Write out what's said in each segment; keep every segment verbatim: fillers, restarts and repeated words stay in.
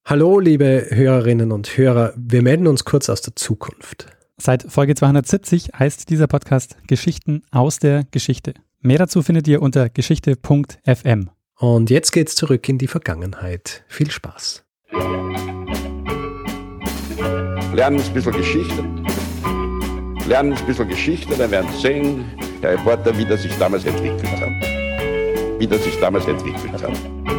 Hallo, liebe Hörerinnen und Hörer, wir melden uns kurz aus der Zukunft. Seit Folge zweihundertsiebzig heißt dieser Podcast Geschichten aus der Geschichte. Mehr dazu findet ihr unter geschichte punkt f m. Und jetzt geht's zurück in die Vergangenheit. Viel Spaß. Lernen ein bisschen Geschichte. Lernen ein bisschen Geschichte, dann werden Sie sehen, der Reporter, wie das sich damals entwickelt hat. Wie das sich damals entwickelt hat.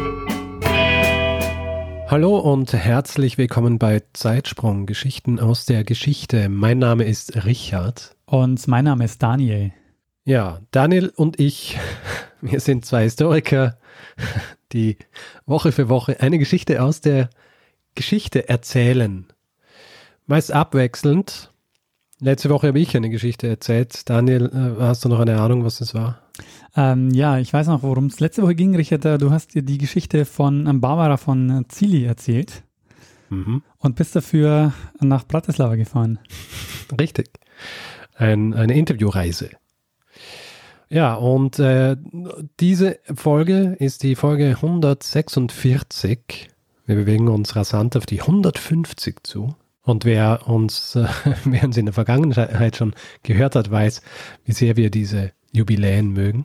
Hallo und herzlich willkommen bei Zeitsprung, Geschichten aus der Geschichte. Mein Name ist Richard. Und mein Name ist Daniel. Ja, Daniel und ich, wir sind zwei Historiker, die Woche für Woche eine Geschichte aus der Geschichte erzählen. Meist abwechselnd. Letzte Woche habe ich eine Geschichte erzählt. Daniel, hast du noch eine Ahnung, was das war? Ähm, ja, ich weiß noch, worum es letzte Woche ging, Richard. Du hast dir die Geschichte von Barbara von Zilli erzählt Mhm. und bist dafür nach Bratislava gefahren. Richtig. Ein, eine Interviewreise. Ja, und äh, diese Folge ist die Folge hundertsechsundvierzig. Wir bewegen uns rasant auf die hundertfünfzig zu. Und wer uns, äh, wer uns in der Vergangenheit schon gehört hat, weiß, wie sehr wir diese Jubiläen mögen.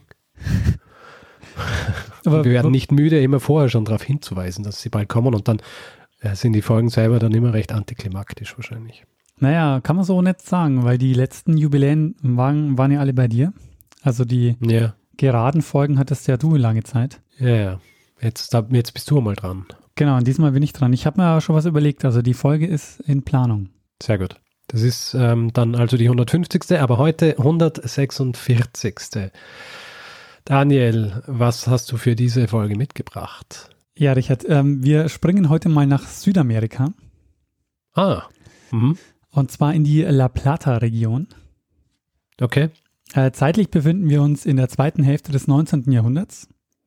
Aber wir werden nicht müde, immer vorher schon darauf hinzuweisen, dass sie bald kommen, und dann äh, sind die Folgen selber dann immer recht antiklimaktisch wahrscheinlich. Naja, kann man so nicht sagen, weil die letzten Jubiläen waren, waren ja alle bei dir. Also die Ja, geraden Folgen hattest ja du lange Zeit. ja, ja. Jetzt, da, jetzt bist du mal dran. Genau, und diesmal bin ich dran. Ich habe mir aber schon was überlegt. Also die Folge ist in Planung. Sehr gut. Das ist ähm, dann also die hundertfünfzigste, aber heute hundertsechsundvierzigste Daniel, was hast du für diese Folge mitgebracht? Ja, Richard, ähm, wir springen heute mal nach Südamerika. Ah, mhm. Und zwar in die La Plata-Region. Okay. Äh, zeitlich befinden wir uns in der zweiten Hälfte des neunzehnten Jahrhunderts.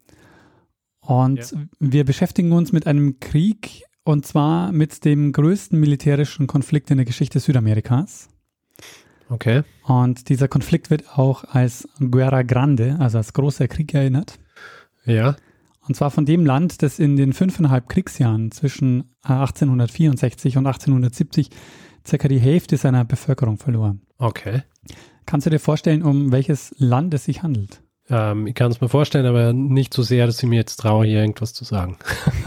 Und Ja. wir beschäftigen uns mit einem Krieg, und zwar mit dem größten militärischen Konflikt in der Geschichte Südamerikas. Okay. Und dieser Konflikt wird auch als Guerra Grande, also als großer Krieg, erinnert. Ja. Und zwar von dem Land, das in den fünfeinhalb Kriegsjahren zwischen achtzehnhundertvierundsechzig und achtzehnhundertsiebzig circa die Hälfte seiner Bevölkerung verlor. Okay. Kannst du dir vorstellen, um welches Land es sich handelt? Ähm, ich kann es mir vorstellen, aber nicht so sehr, dass ich mir jetzt traue, hier irgendwas zu sagen.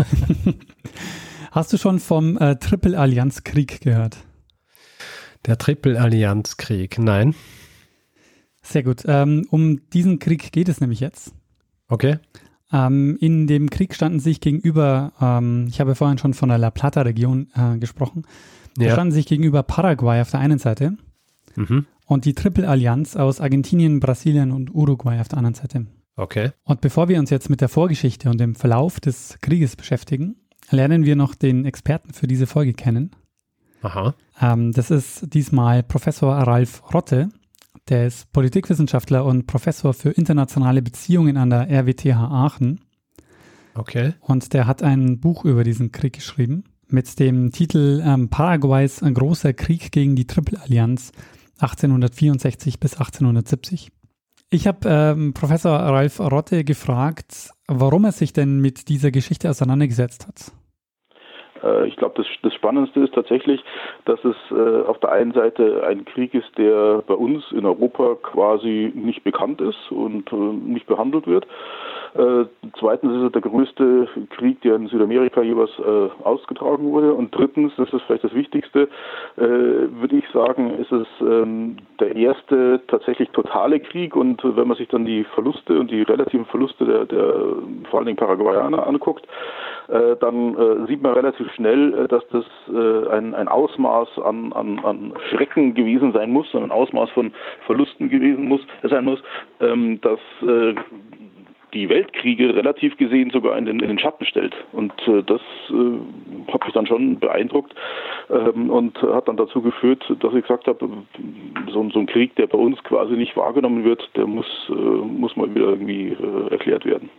Hast du schon vom äh, Triple-Allianz-Krieg gehört? Der Triple-Allianz-Krieg. Nein. Sehr gut. Ähm, um diesen Krieg geht es nämlich jetzt. Okay. Ähm, in dem Krieg standen sich gegenüber, ähm, ich habe vorhin schon von der La Plata-Region äh, gesprochen, da Ja. standen sich gegenüber Paraguay auf der einen Seite Mhm. und die Triple-Allianz aus Argentinien, Brasilien und Uruguay auf der anderen Seite. Okay. Und bevor wir uns jetzt mit der Vorgeschichte und dem Verlauf des Krieges beschäftigen, lernen wir noch den Experten für diese Folge kennen. Aha. Ähm, das ist diesmal Professor Ralf Rotte. Der ist Politikwissenschaftler und Professor für internationale Beziehungen an der R W T H Aachen. Okay. Und der hat ein Buch über diesen Krieg geschrieben mit dem Titel ähm, Paraguays ein großer Krieg gegen die Triple-Allianz achtzehnhundertvierundsechzig bis achtzehnhundertsiebzig. Ich habe ähm, Professor Ralf Rotte gefragt, warum er sich denn mit dieser Geschichte auseinandergesetzt hat. Ich glaube, das, das Spannendste ist tatsächlich, dass es äh, auf der einen Seite ein Krieg ist, der bei uns in Europa quasi nicht bekannt ist und äh, nicht behandelt wird. Äh, zweitens ist es der größte Krieg, der in Südamerika jeweils äh, ausgetragen wurde. Und drittens, das ist vielleicht das Wichtigste, äh, würde ich sagen, ist es ähm, der erste tatsächlich totale Krieg. Und wenn man sich dann die Verluste und die relativen Verluste der, der vor allen Dingen Paraguayaner anguckt, äh, dann äh, sieht man relativ schnell, äh, dass das äh, ein, ein Ausmaß an, an, an Schrecken gewesen sein muss, ein Ausmaß von Verlusten gewesen muss, sein muss, ähm, dass äh, die Weltkriege relativ gesehen sogar in den, in den Schatten stellt. Und äh, das äh, hat mich dann schon beeindruckt ähm, und hat dann dazu geführt, dass ich gesagt habe, so, so ein Krieg, der bei uns quasi nicht wahrgenommen wird, der muss, äh, muss mal wieder irgendwie äh, erklärt werden.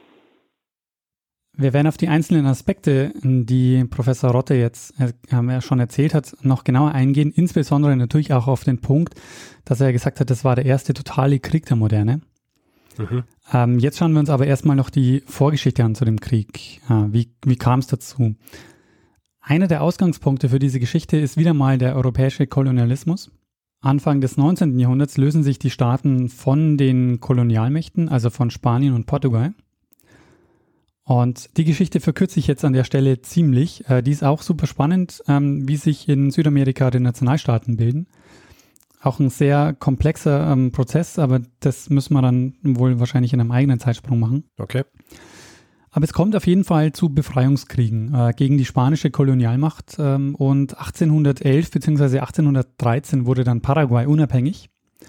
Wir werden auf die einzelnen Aspekte, die Professor Rotte jetzt äh, ja schon erzählt hat, noch genauer eingehen. Insbesondere natürlich auch auf den Punkt, dass er gesagt hat, das war der erste totale Krieg der Moderne. Mhm. Ähm, jetzt schauen wir uns aber erstmal noch die Vorgeschichte an zu dem Krieg. Äh, wie wie kam es dazu? Einer der Ausgangspunkte für diese Geschichte ist wieder mal der europäische Kolonialismus. Anfang des neunzehnten Jahrhunderts lösen sich die Staaten von den Kolonialmächten, also von Spanien und Portugal. Und die Geschichte verkürze ich jetzt an der Stelle ziemlich. Äh, die ist auch super spannend, ähm, wie sich in Südamerika die Nationalstaaten bilden. Auch ein sehr komplexer ähm, Prozess, aber das müssen wir dann wohl wahrscheinlich in einem eigenen Zeitsprung machen. Okay. Aber es kommt auf jeden Fall zu Befreiungskriegen äh, gegen die spanische Kolonialmacht ähm, und achtzehnhundertelf bzw. achtzehnhundertdreizehn wurde dann Paraguay unabhängig.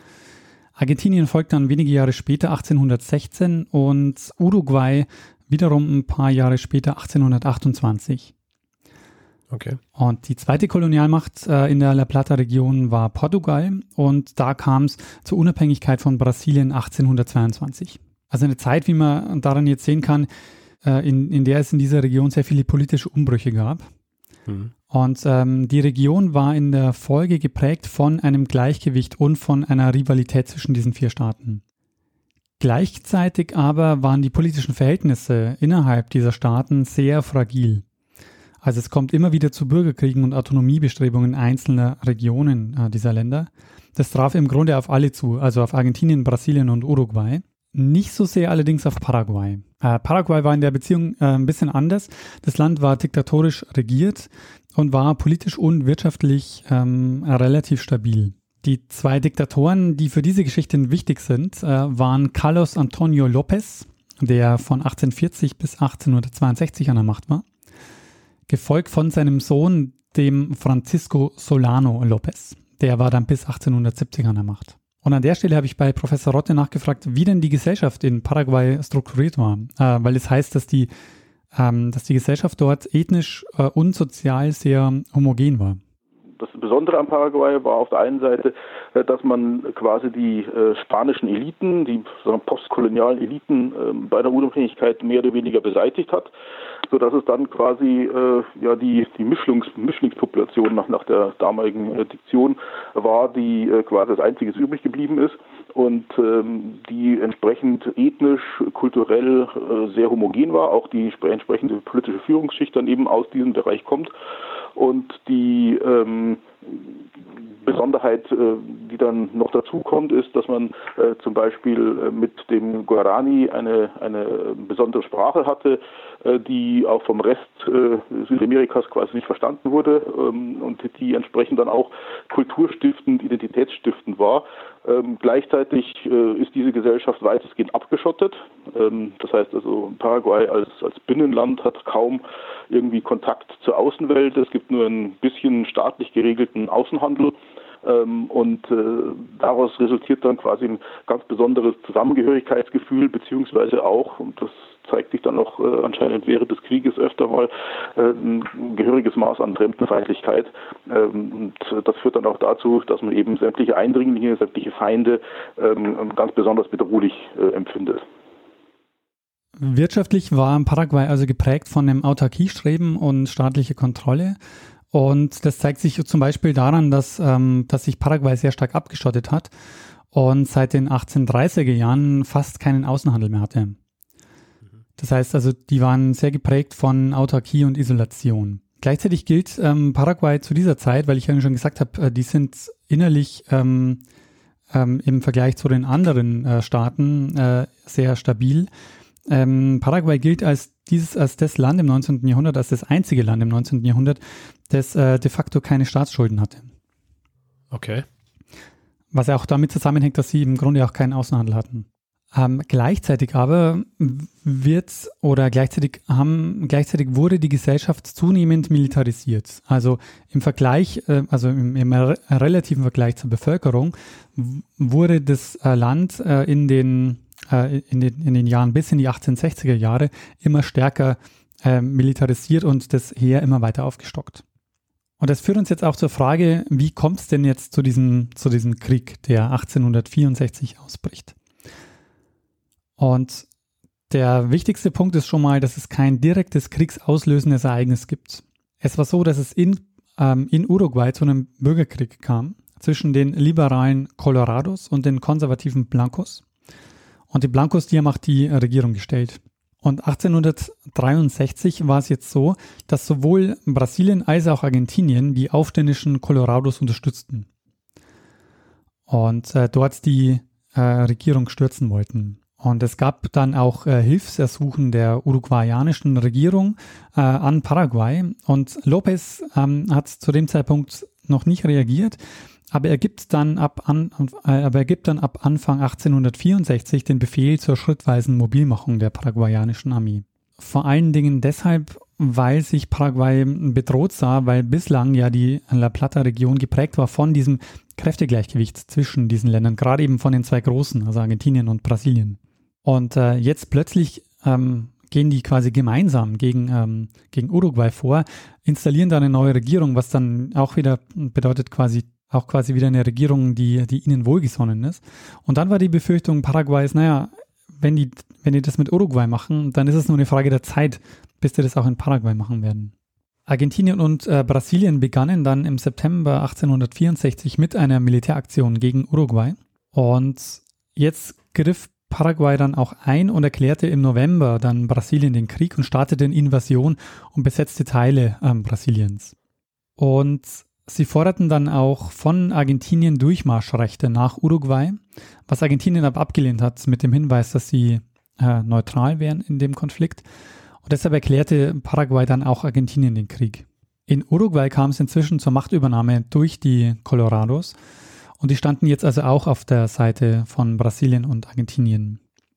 Argentinien folgt dann wenige Jahre später, achtzehnhundertsechzehn, und Uruguay wiederum ein paar Jahre später, achtzehnhundertachtundzwanzig. Okay. Und die zweite Kolonialmacht äh, in der La Plata-Region war Portugal, und da kam es zur Unabhängigkeit von Brasilien achtzehnhundertzweiundzwanzig. Also eine Zeit, wie man daran jetzt sehen kann, äh, in, in der es in dieser Region sehr viele politische Umbrüche gab. Mhm. Und ähm, die Region war in der Folge geprägt von einem Gleichgewicht und von einer Rivalität zwischen diesen vier Staaten. Gleichzeitig aber waren die politischen Verhältnisse innerhalb dieser Staaten sehr fragil. Also es kommt immer wieder zu Bürgerkriegen und Autonomiebestrebungen einzelner Regionen äh, dieser Länder. Das traf im Grunde auf alle zu, also auf Argentinien, Brasilien und Uruguay. Nicht so sehr allerdings auf Paraguay. Äh, Paraguay war in der Beziehung äh, ein bisschen anders. Das Land war diktatorisch regiert und war politisch und wirtschaftlich ähm, relativ stabil. Die zwei Diktatoren, die für diese Geschichte wichtig sind, äh, waren Carlos Antonio López, der von achtzehnhundertvierzig bis achtzehnhundertzweiundsechzig an der Macht war, gefolgt von seinem Sohn, dem Francisco Solano López. Der war dann bis achtzehnhundertsiebzig an der Macht. Und an der Stelle habe ich bei Professor Rotte nachgefragt, wie denn die Gesellschaft in Paraguay strukturiert war, äh, weil es heißt, dass die, ähm, dass die Gesellschaft dort ethnisch äh, und sozial sehr homogen war. Das Besondere am Paraguay war auf der einen Seite, dass man quasi die äh, spanischen Eliten, die sagen, postkolonialen Eliten äh, bei der Unabhängigkeit mehr oder weniger beseitigt hat, sodass es dann quasi äh, ja die die Mischlungs, Mischlingspopulation nach nach der damaligen äh, Diktion war, die äh, quasi als einziges übrig geblieben ist und ähm, die entsprechend ethnisch, kulturell äh, sehr homogen war, auch die entsprechende politische Führungsschicht dann eben aus diesem Bereich kommt. Und die ähm, Besonderheit, äh, die dann noch dazu kommt, ist, dass man äh, zum Beispiel äh, mit dem Guarani eine, eine besondere Sprache hatte, äh, die auch vom Rest äh, Südamerikas quasi nicht verstanden wurde ähm, und die entsprechend dann auch kulturstiftend, identitätsstiftend war. Ähm, gleichzeitig äh, ist diese Gesellschaft weitestgehend abgeschottet. Ähm, das heißt also, Paraguay als, als Binnenland hat kaum irgendwie Kontakt zur Außenwelt. Es gibt nur ein bisschen staatlich geregelten Außenhandel. Ähm, und äh, daraus resultiert dann quasi ein ganz besonderes Zusammengehörigkeitsgefühl, beziehungsweise auch, und das zeigt sich dann auch äh, anscheinend während des Krieges öfter mal, äh, ein gehöriges Maß an Fremdenfeindlichkeit. Ähm, und das führt dann auch dazu, dass man eben sämtliche Eindringlinge, sämtliche Feinde ähm, ganz besonders bedrohlich äh, empfindet. Wirtschaftlich war Paraguay also geprägt von einem Autarkiestreben und staatlicher Kontrolle. Und das zeigt sich zum Beispiel daran, dass, ähm, dass sich Paraguay sehr stark abgeschottet hat und seit den achtzehnhundertdreißiger Jahren fast keinen Außenhandel mehr hatte. Das heißt also, die waren sehr geprägt von Autarkie und Isolation. Gleichzeitig gilt ähm, Paraguay zu dieser Zeit, weil ich ja schon gesagt habe, äh, die sind innerlich ähm, ähm, im Vergleich zu den anderen äh, Staaten äh, sehr stabil. Ähm, Paraguay gilt als dieses als das Land im neunzehnten Jahrhundert, als das einzige Land im neunzehnten Jahrhundert, das äh, de facto keine Staatsschulden hatte. Okay. Was ja auch damit zusammenhängt, dass sie im Grunde auch keinen Außenhandel hatten. Ähm, gleichzeitig aber wird oder gleichzeitig haben gleichzeitig wurde die Gesellschaft zunehmend militarisiert. Also im Vergleich, äh, also im, im re- relativen Vergleich zur Bevölkerung w- wurde das äh, Land äh, in den In den, in den Jahren bis in die achtzehnhundertsechziger Jahre immer stärker äh, militarisiert und das Heer immer weiter aufgestockt. Und das führt uns jetzt auch zur Frage, wie kommt es denn jetzt zu diesem, zu diesem Krieg, der achtzehnhundertvierundsechzig ausbricht? Und der wichtigste Punkt ist schon mal, dass es kein direktes kriegsauslösendes Ereignis gibt. Es war so, dass es in, ähm, in Uruguay zu einem Bürgerkrieg kam zwischen den liberalen Colorados und den konservativen Blancos. Und die Blancos, die haben auch die Regierung gestellt. Und achtzehnhundertdreiundsechzig war es jetzt so, dass sowohl Brasilien als auch Argentinien die aufständischen Colorados unterstützten und äh, dort die äh, Regierung stürzen wollten. Und es gab dann auch äh, Hilfsersuchen der uruguayanischen Regierung äh, an Paraguay. Und López ähm, hat zu dem Zeitpunkt noch nicht reagiert, aber er gibt dann ab, an, äh, aber er gibt dann ab Anfang achtzehnhundertvierundsechzig den Befehl zur schrittweisen Mobilmachung der paraguayanischen Armee. Vor allen Dingen deshalb, weil sich Paraguay bedroht sah, weil bislang ja die La Plata-Region geprägt war von diesem Kräftegleichgewicht zwischen diesen Ländern, gerade eben von den zwei großen, also Argentinien und Brasilien. Und äh, jetzt plötzlich ähm, gehen die quasi gemeinsam gegen, ähm, gegen Uruguay vor, installieren da eine neue Regierung, was dann auch wieder bedeutet quasi auch quasi wieder eine Regierung, die, die ihnen wohlgesonnen ist. Und dann war die Befürchtung Paraguays, naja, wenn die, wenn die das mit Uruguay machen, dann ist es nur eine Frage der Zeit, bis die das auch in Paraguay machen werden. Argentinien und äh, Brasilien begannen dann im September achtzehnhundertvierundsechzig mit einer Militäraktion gegen Uruguay. Und jetzt griff Paraguay dann auch ein und erklärte im November dann Brasilien den Krieg und startete eine Invasion und besetzte Teile ähm, Brasiliens. Und sie forderten dann auch von Argentinien Durchmarschrechte nach Uruguay, was Argentinien aber abgelehnt hat mit dem Hinweis, dass sie äh, neutral wären in dem Konflikt. Und deshalb erklärte Paraguay dann auch Argentinien den Krieg. In Uruguay kam es inzwischen zur Machtübernahme durch die Colorados und die standen jetzt also auch auf der Seite von Brasilien und Argentinien.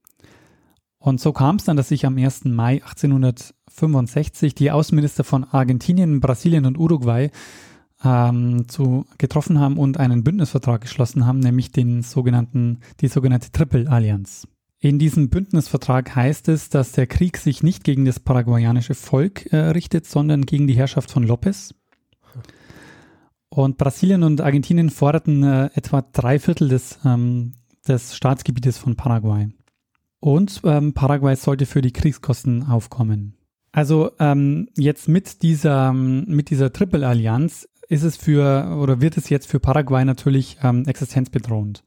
Und so kam es dann, dass sich am ersten Mai achtzehnhundertfünfundsechzig die Außenminister von Argentinien, Brasilien und Uruguay ähm, zu, getroffen haben und einen Bündnisvertrag geschlossen haben, nämlich den sogenannten, die sogenannte Tripelallianz. In diesem Bündnisvertrag heißt es, dass der Krieg sich nicht gegen das paraguayanische Volk äh, richtet, sondern gegen die Herrschaft von López. Und Brasilien und Argentinien forderten äh, etwa drei Viertel des, ähm, des Staatsgebietes von Paraguay. Und ähm, Paraguay sollte für die Kriegskosten aufkommen. Also ähm, jetzt mit dieser, mit dieser Tripelallianz ist es für, oder wird es jetzt für Paraguay natürlich ähm, existenzbedrohend.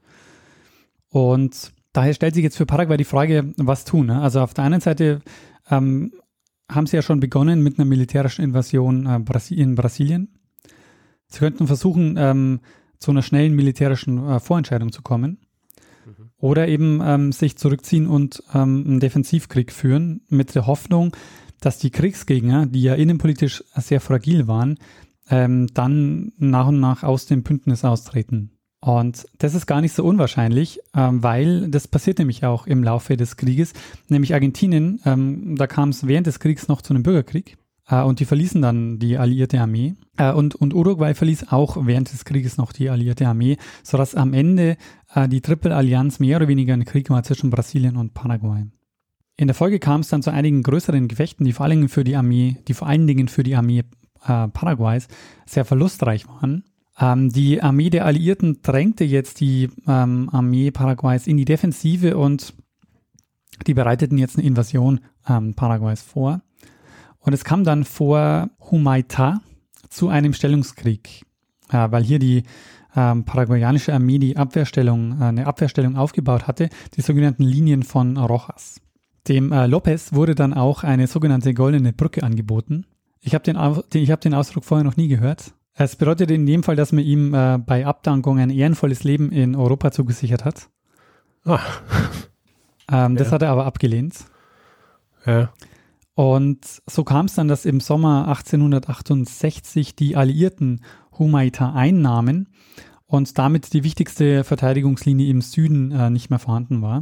Und daher stellt sich jetzt für Paraguay die Frage, was tun. Ne? Also auf der einen Seite ähm, haben sie ja schon begonnen mit einer militärischen Invasion äh, Brasi- in Brasilien. Sie könnten versuchen, ähm, zu einer schnellen militärischen äh, Vorentscheidung zu kommen. Mhm. Oder eben ähm, sich zurückziehen und ähm, einen Defensivkrieg führen mit der Hoffnung, dass die Kriegsgegner, die ja innenpolitisch sehr fragil waren, ähm, dann nach und nach aus dem Bündnis austreten. Und das ist gar nicht so unwahrscheinlich, ähm, weil das passiert nämlich auch im Laufe des Krieges. Nämlich Argentinien, ähm, da kam es während des Kriegs noch zu einem Bürgerkrieg. Uh, und die verließen dann die alliierte Armee. Uh, und, und Uruguay verließ auch während des Krieges noch die alliierte Armee, sodass am Ende uh, die Tripelallianz mehr oder weniger ein Krieg war zwischen Brasilien und Paraguay. In der Folge kam es dann zu einigen größeren Gefechten, die vor allen Dingen für die Armee, die vor allen Dingen für die Armee uh, Paraguays sehr verlustreich waren. Um, die Armee der Alliierten drängte jetzt die um, Armee Paraguays in die Defensive und die bereiteten jetzt eine Invasion um, Paraguays vor. Und es kam dann vor Humaitá zu einem Stellungskrieg, äh, weil hier die ähm, paraguayanische Armee die Abwehrstellung, äh, eine Abwehrstellung aufgebaut hatte, die sogenannten Linien von Rojas. Dem äh, López wurde dann auch eine sogenannte goldene Brücke angeboten. Ich habe den, den, ich hab den Ausdruck vorher noch nie gehört. Es bedeutet in dem Fall, dass man ihm äh, bei Abdankung ein ehrenvolles Leben in Europa zugesichert hat. Ah. Ähm, ja. Das hat er aber abgelehnt. Ja. Und so kam es dann, dass im Sommer achtzehnhundertachtundsechzig die Alliierten Humaitá einnahmen und damit die wichtigste Verteidigungslinie im Süden äh, nicht mehr vorhanden war.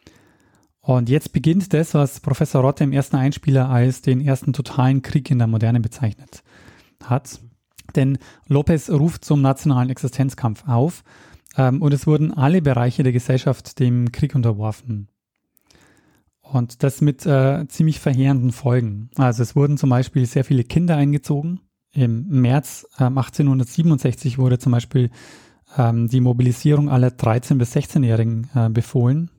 Und jetzt beginnt das, was Professor Rotte im ersten Einspieler als den ersten totalen Krieg in der Moderne bezeichnet hat. Denn López ruft zum nationalen Existenzkampf auf ähm, und es wurden alle Bereiche der Gesellschaft dem Krieg unterworfen. Und das mit äh, ziemlich verheerenden Folgen. Also es wurden zum Beispiel sehr viele Kinder eingezogen. Im März ähm, achtzehnhundertsiebenundsechzig wurde zum Beispiel ähm, die Mobilisierung aller dreizehn- bis sechzehnjährigen äh, befohlen.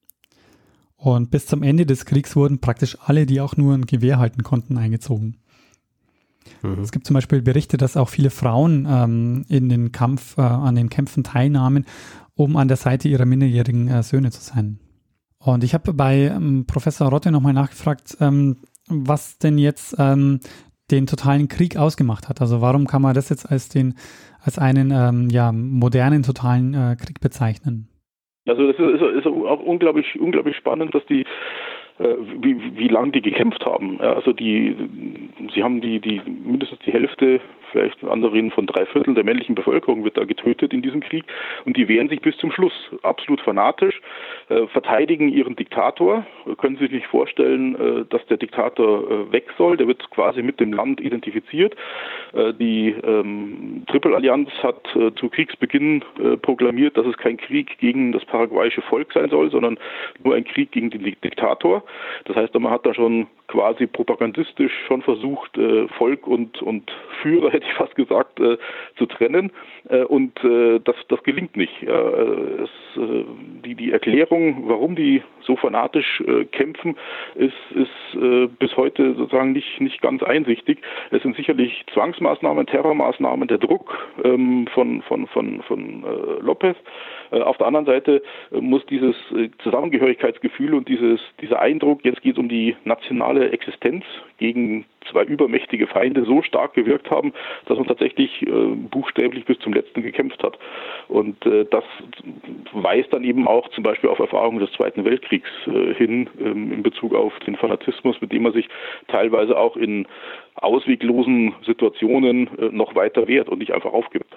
Und bis zum Ende des Kriegs wurden praktisch alle, die auch nur ein Gewehr halten konnten, eingezogen. Mhm. Es gibt zum Beispiel Berichte, dass auch viele Frauen ähm, in den Kampf, äh, an den Kämpfen teilnahmen, um an der Seite ihrer minderjährigen äh, Söhne zu sein. Und ich habe bei ähm, Professor Rotte nochmal nachgefragt, ähm, was denn jetzt ähm, den totalen Krieg ausgemacht hat. Also warum kann man das jetzt als den als einen ähm, ja, modernen totalen äh, Krieg bezeichnen? Also das ist, ist, ist auch unglaublich, unglaublich spannend, dass die wie, wie lange die gekämpft haben. Also die, sie haben die, die mindestens die Hälfte, vielleicht andere reden von drei Viertel der männlichen Bevölkerung wird da getötet in diesem Krieg und die wehren sich bis zum Schluss. Absolut fanatisch, äh, verteidigen ihren Diktator, können Sie sich nicht vorstellen, äh, dass der Diktator äh, weg soll, der wird quasi mit dem Land identifiziert. Äh, die ähm, Tripelallianz hat äh, zu Kriegsbeginn äh, proklamiert, dass es kein Krieg gegen das paraguayische Volk sein soll, sondern nur ein Krieg gegen den Diktator. Das heißt, man hat da schon quasi propagandistisch schon versucht, äh, Volk und, und Führer, hätte ich fast gesagt, äh, zu trennen. Äh, und äh, das, das gelingt nicht. Ja, es, äh, die, die Erklärung, warum die so fanatisch äh, kämpfen, ist, ist äh, bis heute sozusagen nicht, nicht ganz einsichtig. Es sind sicherlich Zwangsmaßnahmen, Terrormaßnahmen, der Druck ähm, von, von, von, von äh, López. Äh, auf der anderen Seite äh, muss dieses äh, Zusammengehörigkeitsgefühl und dieses, dieser Eindruck, jetzt geht es um die nationale Existenz gegen zwei übermächtige Feinde so stark gewirkt haben, dass man tatsächlich äh, buchstäblich bis zum Letzten gekämpft hat. Und äh, das weist dann eben auch zum Beispiel auf Erfahrungen des Zweiten Weltkriegs äh, hin ähm, in Bezug auf den Fanatismus, mit dem man sich teilweise auch in ausweglosen Situationen äh, noch weiter wehrt und nicht einfach aufgibt.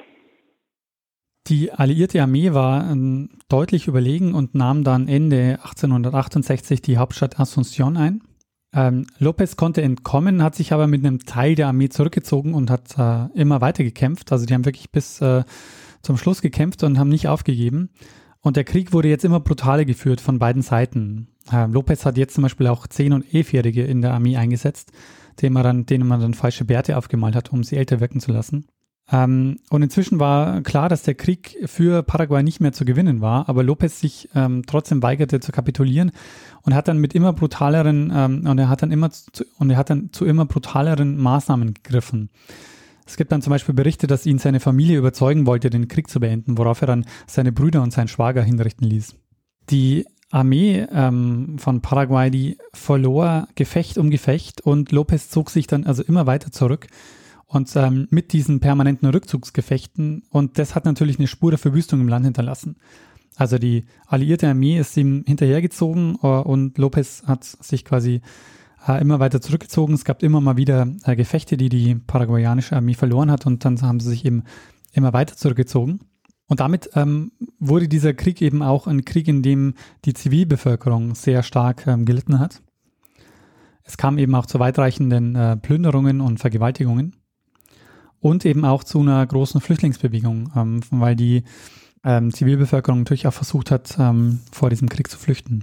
Die alliierte Armee war ähm, deutlich überlegen und nahm dann Ende achtzehnhundertachtundsechzig die Hauptstadt Asunción ein. Ähm, López konnte entkommen, hat sich aber mit einem Teil der Armee zurückgezogen und hat äh, immer weiter gekämpft. Also die haben wirklich bis äh, zum Schluss gekämpft und haben nicht aufgegeben. Und der Krieg wurde jetzt immer brutaler geführt von beiden Seiten. Äh, López hat jetzt zum Beispiel auch Zehn- und Elfjährige in der Armee eingesetzt, denen man dann, denen man dann falsche Bärte aufgemalt hat, um sie älter wirken zu lassen. Ähm, und inzwischen war klar, dass der Krieg für Paraguay nicht mehr zu gewinnen war, aber López sich ähm, trotzdem weigerte zu kapitulieren und hat dann mit immer brutaleren ähm, und er hat dann immer zu, und er hat dann zu immer brutaleren Maßnahmen gegriffen. Es gibt dann zum Beispiel Berichte, dass ihn seine Familie überzeugen wollte, den Krieg zu beenden, worauf er dann seine Brüder und seinen Schwager hinrichten ließ. Die Armee ähm, von Paraguay, die verlor Gefecht um Gefecht und López zog sich dann also immer weiter zurück. Und ähm, mit diesen permanenten Rückzugsgefechten, und das hat natürlich eine Spur der Verwüstung im Land hinterlassen. Also die alliierte Armee ist ihm hinterhergezogen äh, und López hat sich quasi äh, immer weiter zurückgezogen. Es gab immer mal wieder äh, Gefechte, die die paraguayanische Armee verloren hat, und dann haben sie sich eben immer weiter zurückgezogen. Und damit ähm, wurde dieser Krieg eben auch ein Krieg, in dem die Zivilbevölkerung sehr stark ähm, gelitten hat. Es kam eben auch zu weitreichenden äh, Plünderungen und Vergewaltigungen. Und eben auch zu einer großen Flüchtlingsbewegung, ähm, weil die ähm, Zivilbevölkerung natürlich auch versucht hat, ähm, vor diesem Krieg zu flüchten.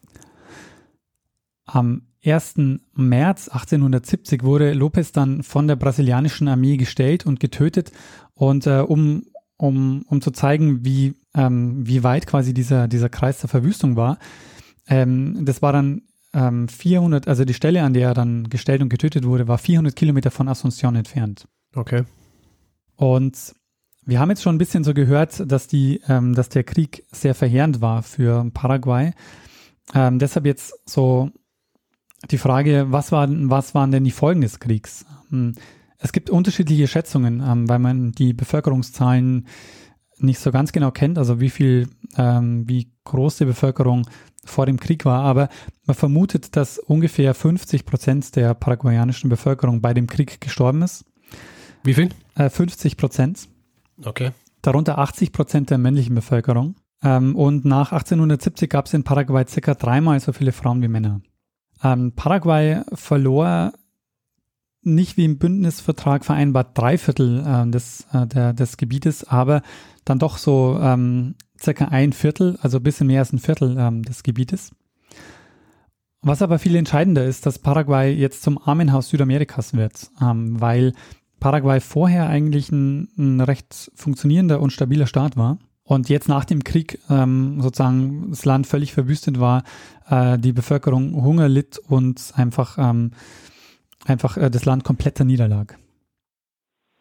Am ersten März achtzehnhundertsiebzig wurde López dann von der brasilianischen Armee gestellt und getötet. Und äh, um, um, um zu zeigen, wie, ähm, wie weit quasi dieser, dieser Kreis der Verwüstung war, ähm, das war dann ähm, vierhundert, also die Stelle, an der er dann gestellt und getötet wurde, war vierhundert Kilometer von Asunción entfernt. Okay. Und wir haben jetzt schon ein bisschen so gehört, dass die, ähm, dass der Krieg sehr verheerend war für Paraguay. Ähm, deshalb jetzt so die Frage, was waren, was waren denn die Folgen des Kriegs? Ähm, es gibt unterschiedliche Schätzungen, ähm, weil man die Bevölkerungszahlen nicht so ganz genau kennt, also wie viel, ähm, wie groß die Bevölkerung vor dem Krieg war, aber man vermutet, dass ungefähr fünfzig Prozent der paraguayanischen Bevölkerung bei dem Krieg gestorben ist. Wie viel? Äh, fünfzig Prozent. Okay. Darunter achtzig Prozent der männlichen Bevölkerung. Ähm, und nach achtzehnhundertsiebzig gab es in Paraguay circa dreimal so viele Frauen wie Männer. Ähm, Paraguay verlor nicht wie im Bündnisvertrag vereinbart drei Viertel äh, des, äh, der, des Gebietes, aber dann doch so ähm, circa ein Viertel, also ein bisschen mehr als ein Viertel ähm, des Gebietes. Was aber viel entscheidender ist, dass Paraguay jetzt zum Armenhaus Südamerikas wird, ähm, weil Paraguay vorher eigentlich ein, ein recht funktionierender und stabiler Staat war und jetzt nach dem Krieg ähm, sozusagen das Land völlig verwüstet war, äh, die Bevölkerung Hunger litt und einfach, ähm, einfach äh, das Land komplett niederlag.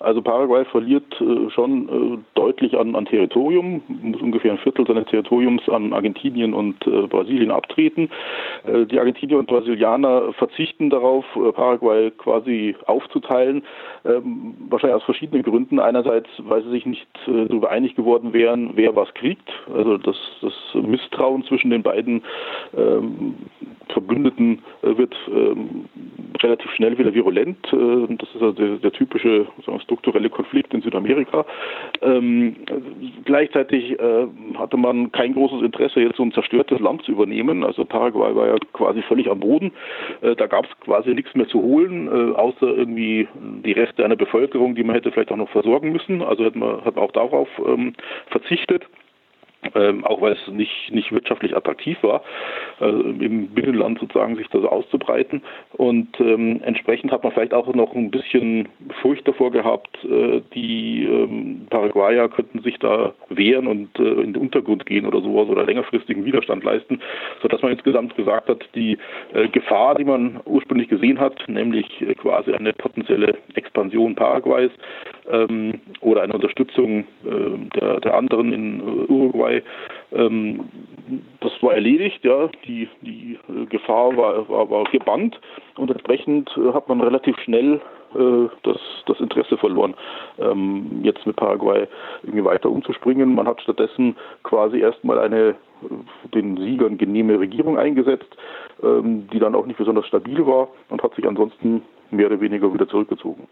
Also Paraguay verliert äh, schon äh, deutlich an, an Territorium, muss ungefähr ein Viertel seines Territoriums an Argentinien und äh, Brasilien abtreten. Äh, die Argentinier und Brasilianer verzichten darauf, äh, Paraguay quasi aufzuteilen, ähm, wahrscheinlich aus verschiedenen Gründen. Einerseits, weil sie sich nicht äh, darüber einig geworden wären, wer was kriegt. Also das, das Misstrauen zwischen den beiden ähm, Verbündeten äh, wird ähm, relativ schnell wieder virulent. Äh, das ist also der, der typische sagen wir, strukturelle Konflikt in Südamerika. Ähm, gleichzeitig äh, hatte man kein großes Interesse, jetzt so ein zerstörtes Land zu übernehmen. Also Paraguay war ja quasi völlig am Boden. Äh, da gab es quasi nichts mehr zu holen, äh, außer irgendwie die Reste einer Bevölkerung, die man hätte vielleicht auch noch versorgen müssen. Also hat man, hat man auch darauf ähm, verzichtet. Ähm, auch weil es nicht, nicht wirtschaftlich attraktiv war, äh, im Binnenland sozusagen sich da so auszubreiten. Und ähm, entsprechend hat man vielleicht auch noch ein bisschen Furcht davor gehabt, äh, die ähm, Paraguayer könnten sich da wehren und äh, in den Untergrund gehen oder sowas oder längerfristigen Widerstand leisten, sodass man insgesamt gesagt hat, die äh, Gefahr, die man ursprünglich gesehen hat, nämlich äh, quasi eine potenzielle Expansion Paraguays ähm, oder eine Unterstützung äh, der, der anderen in äh, Uruguay, Ähm, das war erledigt, ja. Die, die äh, Gefahr war, war, war gebannt und entsprechend äh, hat man relativ schnell äh, das, das Interesse verloren, ähm, jetzt mit Paraguay irgendwie weiter umzuspringen. Man hat stattdessen quasi erstmal eine äh, den Siegern genehme Regierung eingesetzt, ähm, die dann auch nicht besonders stabil war und hat sich ansonsten mehr oder weniger wieder zurückgezogen.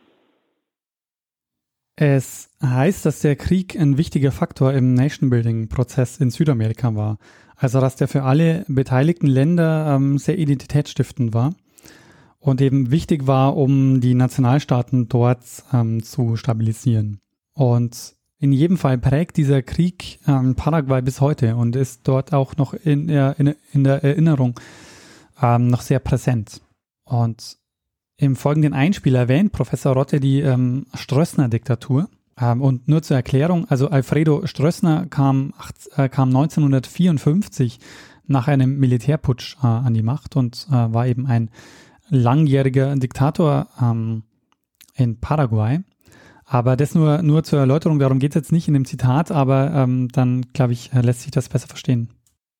Es heißt, dass der Krieg ein wichtiger Faktor im Nation-Building-Prozess in Südamerika war. Also, dass der für alle beteiligten Länder ähm, sehr identitätsstiftend war und eben wichtig war, um die Nationalstaaten dort ähm, zu stabilisieren. Und in jedem Fall prägt dieser Krieg ähm, Paraguay bis heute und ist dort auch noch in, in, in der Erinnerung ähm, noch sehr präsent. Und im folgenden Einspieler erwähnt Professor Rotte die ähm, Stroessner-Diktatur. Ähm, und nur zur Erklärung, also Alfredo Stroessner kam, äh, kam neunzehnhundertvierundfünfzig nach einem Militärputsch äh, an die Macht und äh, war eben ein langjähriger Diktator ähm, in Paraguay. Aber das nur, nur zur Erläuterung, darum geht es jetzt nicht in dem Zitat, aber ähm, dann, glaube ich, lässt sich das besser verstehen.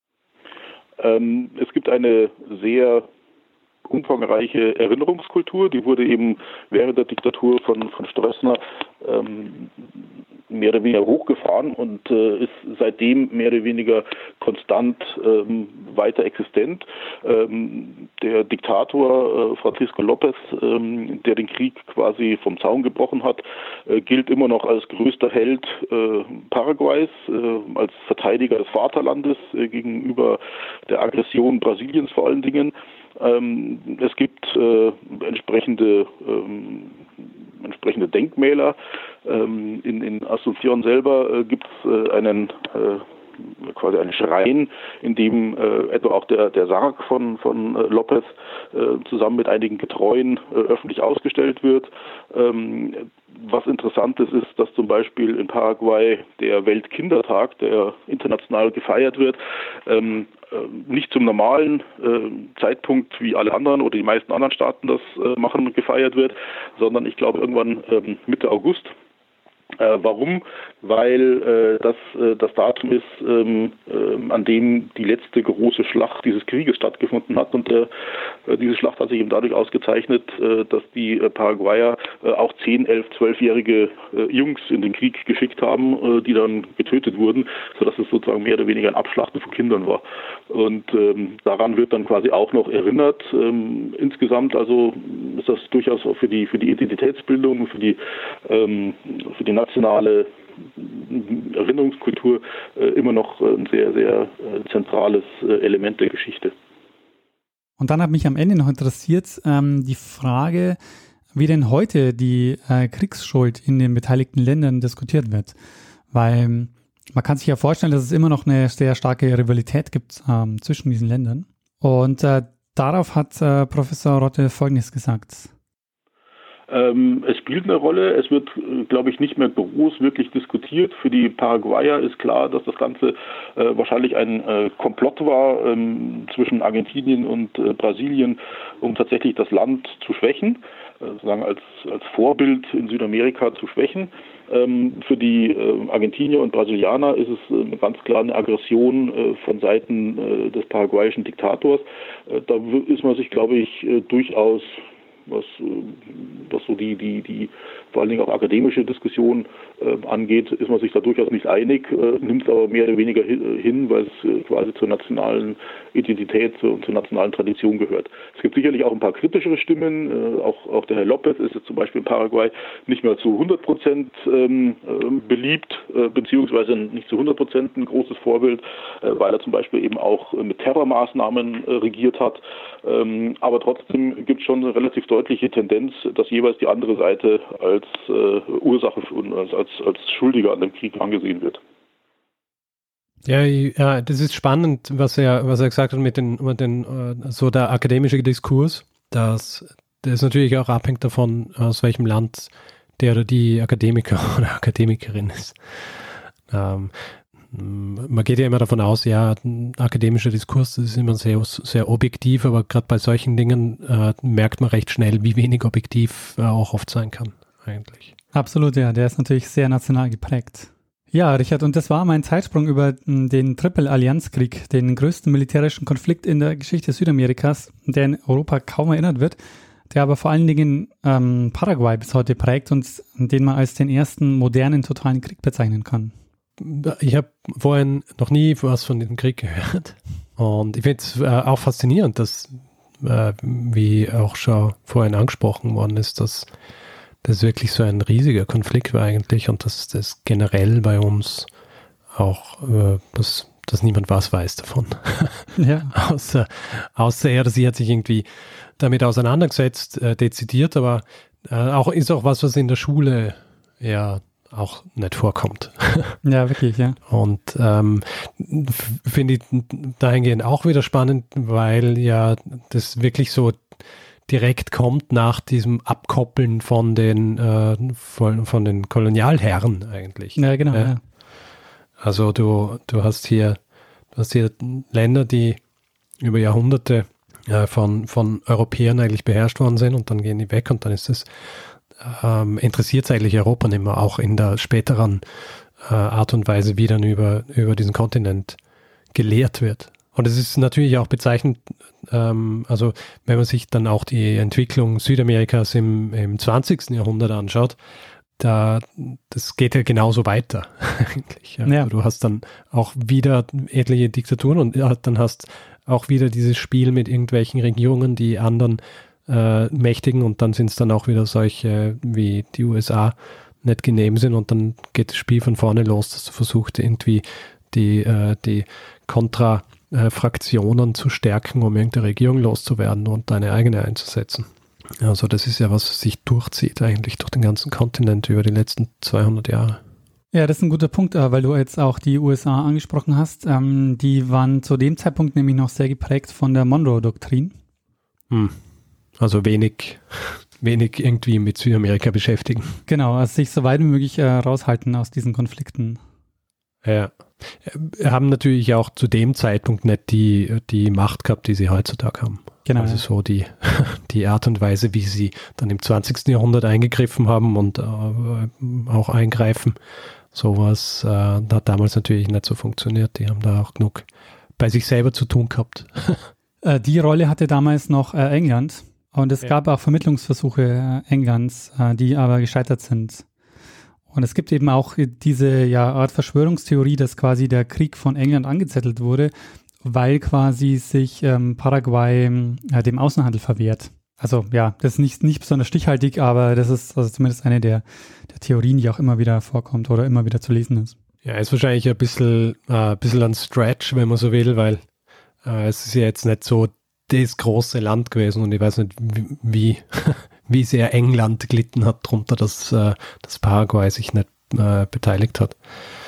Ähm, es gibt eine sehr umfangreiche Erinnerungskultur, die wurde eben während der Diktatur von, von Stroessner ähm, mehr oder weniger hochgefahren und äh, ist seitdem mehr oder weniger konstant ähm, weiter existent. Ähm, der Diktator äh, Francisco López, ähm, der den Krieg quasi vom Zaun gebrochen hat, äh, gilt immer noch als größter Held äh, Paraguays, äh, als Verteidiger des Vaterlandes äh, gegenüber der Aggression Brasiliens vor allen Dingen. Ähm, es gibt äh, entsprechende, ähm, entsprechende Denkmäler. Ähm, in, in Asunción selber äh, gibt es äh, einen äh, quasi einen Schrein, in dem äh, etwa auch der, der Sarg von, von äh, López äh, zusammen mit einigen Getreuen äh, öffentlich ausgestellt wird. Ähm, was interessant ist, ist, dass zum Beispiel in Paraguay der Weltkindertag, der international gefeiert wird, ähm, nicht zum normalen äh, Zeitpunkt wie alle anderen oder die meisten anderen Staaten das äh, machen, gefeiert wird, sondern ich glaube irgendwann ähm, Mitte August. Äh, warum? Weil äh, das äh, das Datum ist, ähm, äh, an dem die letzte große Schlacht dieses Krieges stattgefunden hat. Und äh, diese Schlacht hat sich eben dadurch ausgezeichnet, äh, dass die äh, Paraguayer äh, auch zehn, elf, zwölfjährige äh, Jungs in den Krieg geschickt haben, äh, die dann getötet wurden, sodass es sozusagen mehr oder weniger ein Abschlachten von Kindern war. Und ähm, daran wird dann quasi auch noch erinnert. Ähm, insgesamt also ist das durchaus auch für die für die Identitätsbildung, für die ähm, für die nationale Erinnerungskultur äh, immer noch ein sehr, sehr äh, zentrales äh, Element der Geschichte. Und dann hat mich am Ende noch interessiert ähm, die Frage, wie denn heute die äh, Kriegsschuld in den beteiligten Ländern diskutiert wird. Weil man kann sich ja vorstellen, dass es immer noch eine sehr starke Rivalität gibt ähm, zwischen diesen Ländern. Und äh, darauf hat äh, Professor Rotte Folgendes gesagt. Ähm, es spielt eine Rolle. Es wird, glaube ich, nicht mehr groß wirklich diskutiert. Für die Paraguayer ist klar, dass das Ganze äh, wahrscheinlich ein äh, Komplott war ähm, zwischen Argentinien und äh, Brasilien, um tatsächlich das Land zu schwächen. sozusagen als, als Vorbild in Südamerika zu schwächen. Ähm, für die äh, Argentinier und Brasilianer ist es äh, ganz klar eine Aggression äh, von Seiten äh, des paraguayischen Diktators. Äh, da ist man sich, glaube ich, äh, durchaus, was, äh, was so die, die, die vor allen Dingen auch akademische Diskussion äh, angeht, ist man sich da durchaus nicht einig, äh, nimmt es aber mehr oder weniger hin, weil es äh, quasi zur nationalen Identität und zur nationalen Tradition gehört. Es gibt sicherlich auch ein paar kritischere Stimmen, äh, auch, auch der Herr López ist jetzt zum Beispiel in Paraguay nicht mehr zu hundert Prozent ähm, beliebt, äh, beziehungsweise nicht zu hundert Prozent ein großes Vorbild, äh, weil er zum Beispiel eben auch äh, mit Terrormaßnahmen äh, regiert hat. Ähm, aber trotzdem gibt es schon eine relativ deutliche Tendenz, dass jeweils die andere Seite als äh, Ursache und als, als, als Schuldiger an dem Krieg angesehen wird. Ja, ja, das ist spannend, was er, was er gesagt hat mit den, mit den so der akademische Diskurs, dass das natürlich auch abhängt davon, aus welchem Land der oder die Akademiker oder Akademikerin ist. Ähm, man geht ja immer davon aus, ja, ein akademischer Diskurs, das ist immer sehr, sehr objektiv, aber gerade bei solchen Dingen äh, merkt man recht schnell, wie wenig objektiv äh, auch oft sein kann, eigentlich. Absolut, ja, der ist natürlich sehr national geprägt. Ja, Richard, und das war mein Zeitsprung über den Triple-Allianz-Krieg, den größten militärischen Konflikt in der Geschichte Südamerikas, der in Europa kaum erinnert wird, der aber vor allen Dingen ähm, Paraguay bis heute prägt und den man als den ersten modernen totalen Krieg bezeichnen kann. Ich habe vorhin noch nie was von diesem Krieg gehört und ich finde es äh, auch faszinierend, dass, äh, wie auch schon vorhin angesprochen worden ist, dass das wirklich so ein riesiger Konflikt war eigentlich und dass das generell bei uns auch, äh, dass, dass niemand was weiß davon. Ja. außer, außer er, sie hat sich irgendwie damit auseinandergesetzt, äh, dezidiert, aber äh, auch ist auch was, was in der Schule ja auch nicht vorkommt. Ja, wirklich, ja. Und ähm, finde ich dahingehend auch wieder spannend, weil ja das wirklich so direkt kommt nach diesem Abkoppeln von den äh, von, von den Kolonialherren eigentlich. Ja, genau. Ja. Ja. Also du, du hast hier, du hast hier Länder, die über Jahrhunderte äh, von, von Europäern eigentlich beherrscht worden sind und dann gehen die weg und dann ist es ähm, interessiert es eigentlich Europa nicht mehr, auch in der späteren äh, Art und Weise, wie dann über, über diesen Kontinent gelehrt wird. Und es ist natürlich auch bezeichnend, ähm, also wenn man sich dann auch die Entwicklung Südamerikas im, im zwanzigsten Jahrhundert anschaut, da, das geht ja genauso weiter eigentlich. Ja. Ja. Also du hast dann auch wieder etliche Diktaturen und ja, dann hast auch wieder dieses Spiel mit irgendwelchen Regierungen, die anderen äh, mächtigen und dann sind es dann auch wieder solche wie die U S A nicht genehm sind und dann geht das Spiel von vorne los, dass du versuchst irgendwie die, äh, die Kontra- Fraktionen zu stärken, um irgendeine Regierung loszuwerden und deine eigene einzusetzen. Also das ist ja, was sich durchzieht eigentlich durch den ganzen Kontinent über die letzten zweihundert Jahre. Ja, das ist ein guter Punkt, weil du jetzt auch die U S A angesprochen hast. Ähm, die waren zu dem Zeitpunkt nämlich noch sehr geprägt von der Monroe-Doktrin. Hm. Also wenig, wenig irgendwie mit Südamerika beschäftigen. Genau, also sich so weit wie möglich äh, raushalten aus diesen Konflikten. Ja. Haben natürlich auch zu dem Zeitpunkt nicht die, die Macht gehabt, die sie heutzutage haben. Genau. Also so die, die Art und Weise, wie sie dann im zwanzigsten Jahrhundert eingegriffen haben und äh, auch eingreifen, sowas äh, hat damals natürlich nicht so funktioniert. Die haben da auch genug bei sich selber zu tun gehabt. Äh, die Rolle hatte damals noch äh, England und es ja. gab auch Vermittlungsversuche äh, Englands, äh, die aber gescheitert sind. Und es gibt eben auch diese ja, Art Verschwörungstheorie, dass quasi der Krieg von England angezettelt wurde, weil quasi sich ähm, Paraguay äh, dem Außenhandel verwehrt. Also ja, das ist nicht, nicht besonders stichhaltig, aber das ist also zumindest eine der, der Theorien, die auch immer wieder vorkommt oder immer wieder zu lesen ist. Ja, ist wahrscheinlich ein bisschen, äh, ein bisschen ein Stretch, wenn man so will, weil äh, es ist ja jetzt nicht so das große Land gewesen und ich weiß nicht, wie, wie sehr England gelitten hat darunter, dass, äh, dass Paraguay sich nicht äh, beteiligt hat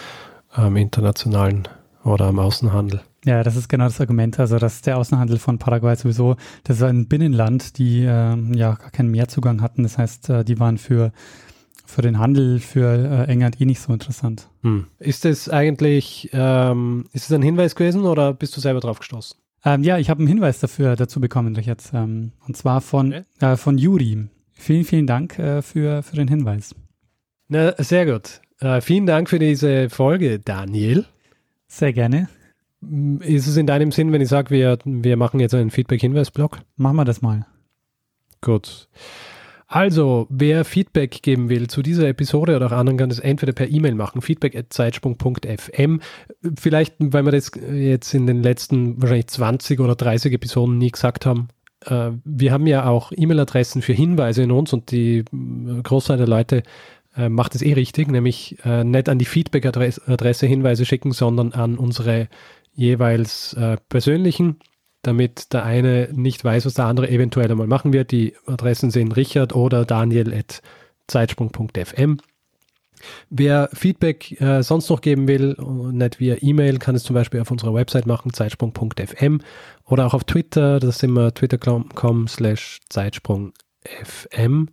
am internationalen oder am Außenhandel. Ja, das ist genau das Argument, also dass der Außenhandel von Paraguay sowieso, das war ein Binnenland, die äh, ja gar keinen Meerzugang hatten, das heißt, äh, die waren für, für den Handel für äh, England eh nicht so interessant. Hm. Ist es eigentlich, ähm, ist es ein Hinweis gewesen oder bist du selber drauf gestoßen? Ähm, ja, ich habe einen Hinweis dafür dazu bekommen, Richard. Ähm, und zwar von, okay. äh, von Juri. Vielen, vielen Dank äh, für, für den Hinweis. Na, sehr gut. Äh, vielen Dank für diese Folge, Daniel. Sehr gerne. Ist es in deinem Sinn, wenn ich sage, wir, wir machen jetzt einen Feedback-Hinweis-Blog? Machen wir das mal. Gut. Also, wer Feedback geben will zu dieser Episode oder auch anderen, kann das entweder per E-Mail machen, feedback at zeitsprung punkt f m. Vielleicht, weil wir das jetzt in den letzten wahrscheinlich zwanzig oder dreißig Episoden nie gesagt haben. Äh, wir haben ja auch E-Mail-Adressen für Hinweise in uns und die Großteil der Leute äh, macht es eh richtig, nämlich äh, nicht an die Feedback-Adresse Hinweise schicken, sondern an unsere jeweils äh, persönlichen, damit der eine nicht weiß, was der andere eventuell einmal machen wird. Die Adressen sind Richard oder Daniel at zeitsprung punkt f m. Wer Feedback äh, sonst noch geben will, nicht via E-Mail, kann es zum Beispiel auf unserer Website machen, zeitsprung punkt f m, oder auch auf Twitter, das sind wir twitter punkt com slash zeitsprung f m.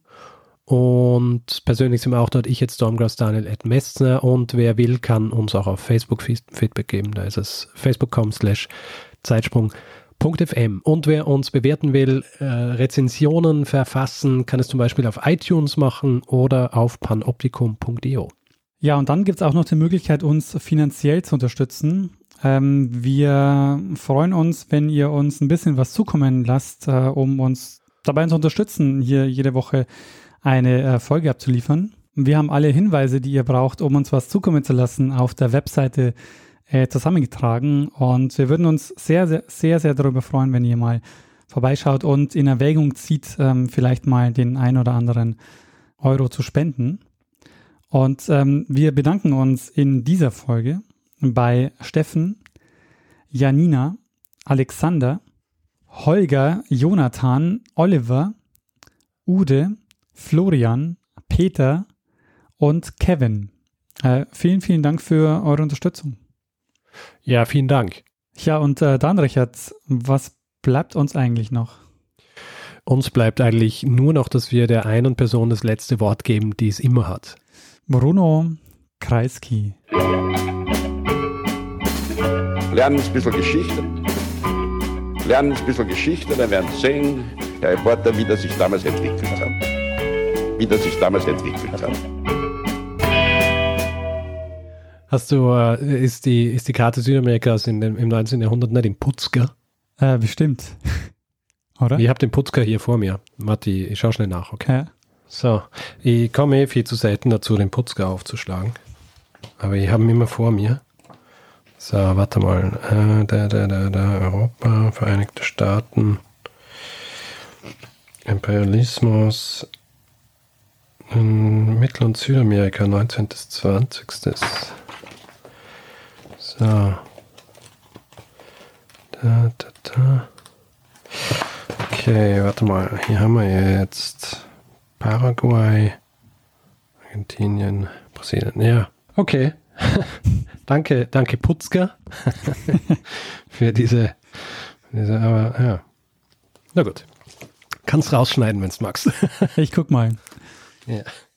Und persönlich sind wir auch dort, ich jetzt Stormgrass Daniel at Messner, und wer will, kann uns auch auf Facebook Feedback geben, da ist es facebook punkt com slash zeitsprung punkt f m. Und wer uns bewerten will, äh, Rezensionen verfassen, kann es zum Beispiel auf iTunes machen oder auf panoptikum punkt i o. Ja, und dann gibt es auch noch die Möglichkeit, uns finanziell zu unterstützen. Ähm, wir freuen uns, wenn ihr uns ein bisschen was zukommen lasst, äh, um uns dabei zu unterstützen, hier jede Woche eine äh, Folge abzuliefern. Wir haben alle Hinweise, die ihr braucht, um uns was zukommen zu lassen, auf der Webseite äh, zusammengetragen, und wir würden uns sehr, sehr, sehr, sehr darüber freuen, wenn ihr mal vorbeischaut und in Erwägung zieht, ähm, vielleicht mal den ein oder anderen Euro zu spenden. Und ähm, wir bedanken uns in dieser Folge bei Steffen, Janina, Alexander, Holger, Jonathan, Oliver, Ude, Florian, Peter und Kevin. Äh, vielen, vielen Dank für eure Unterstützung. Ja, vielen Dank. Ja, und äh, dann, Richard, was bleibt uns eigentlich noch? Uns bleibt eigentlich nur noch, dass wir der einen Person das letzte Wort geben, die es immer hat. Bruno Kreisky. Lernen ein bisschen Geschichte. Lernen ein bisschen Geschichte, dann werden Sie sehen, der Reporter, wie das sich damals entwickelt hat. Wie das sich damals entwickelt hat. Hast du, äh, ist, die, ist die Karte Südamerikas in dem, im neunzehnten Jahrhundert nicht in Putzka? Äh, bestimmt. Oder? Ich habe den Putzka hier vor mir. Matti, ich schaue schnell nach, okay? Ja. So, ich komme eh viel zu selten dazu, den Putzka aufzuschlagen. Aber ich habe ihn immer vor mir. So, warte mal. Äh, da, da, da, da, Europa, Vereinigte Staaten, Imperialismus, in Mittel- und Südamerika, neunzehnten bis zwanzigsten So. Da, da, da. Okay, warte mal. Hier haben wir jetzt Paraguay, Argentinien, Brasilien. Ja, okay. danke, danke Putzka für diese, diese, aber ja. Na gut. Kannst rausschneiden, wenn du magst. Ich guck mal. Ja.